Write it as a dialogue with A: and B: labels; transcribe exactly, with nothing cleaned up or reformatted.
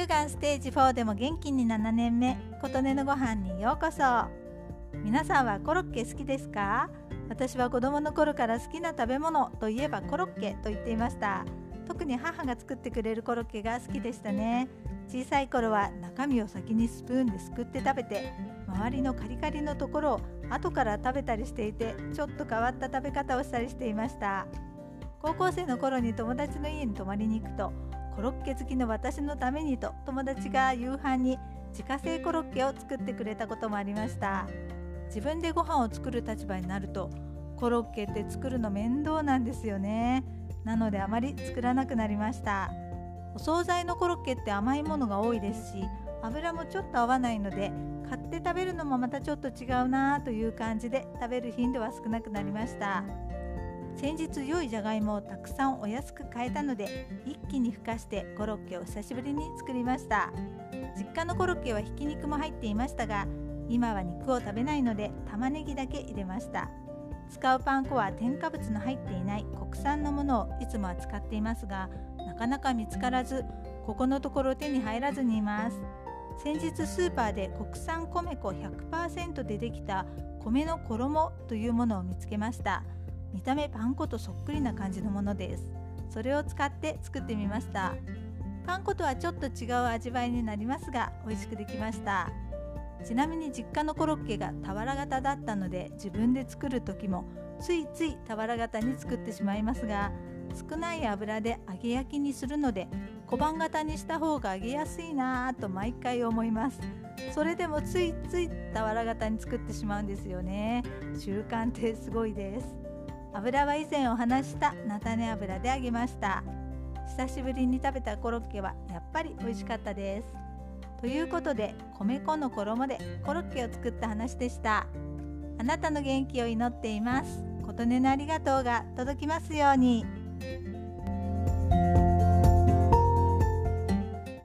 A: がんステージフォーでも元気にななねんめ、琴音のご飯にようこそ。皆さんはコロッケ好きですか？私は子供の頃から好きな食べ物といえばコロッケと言っていました。特に母が作ってくれるコロッケが好きでしたね。小さい頃は中身を先にスプーンですくって食べて、周りのカリカリのところを後から食べたりしていて、ちょっと変わった食べ方をしたりしていました。高校生の頃に友達の家に泊まりに行くと、コロッケ好きの私のためにと友達が夕飯に自家製コロッケを作ってくれたこともありました。自分でご飯を作る立場になると、コロッケって作るの面倒なんですよね。なのであまり作らなくなりました。お惣菜のコロッケって甘いものが多いですし、油もちょっと合わないので、買って食べるのもまたちょっと違うなという感じで食べる頻度は少なくなりました。先日良いじゃがいもをたくさんお安く買えたので、一気にふかしてコロッケを久しぶりに作りました。実家のコロッケはひき肉も入っていましたが、今は肉を食べないので玉ねぎだけ入れました。使うパン粉は添加物の入っていない国産のものをいつもは使っていますが、なかなか見つからず、ここのところ手に入らずにいます。先日スーパーで国産米粉 ひゃくパーセント でできた米の衣というものを見つけました。見た目パン粉とそっくりな感じのものです。それを使って作ってみました。パン粉とはちょっと違う味わいになりますが、美味しくできました。ちなみに実家のコロッケが俵型だったので、自分で作る時もついつい俵型に作ってしまいますが、少ない油で揚げ焼きにするので小判型にした方が揚げやすいなぁと毎回思います。それでもついつい俵型に作ってしまうんですよね。習慣ってすごいです。油は以前お話した菜種油で揚げました。久しぶりに食べたコロッケはやっぱり美味しかったです。ということで、米粉の衣でコロッケを作った話でした。あなたの元気を祈っています。琴音のありがとうが届きますように。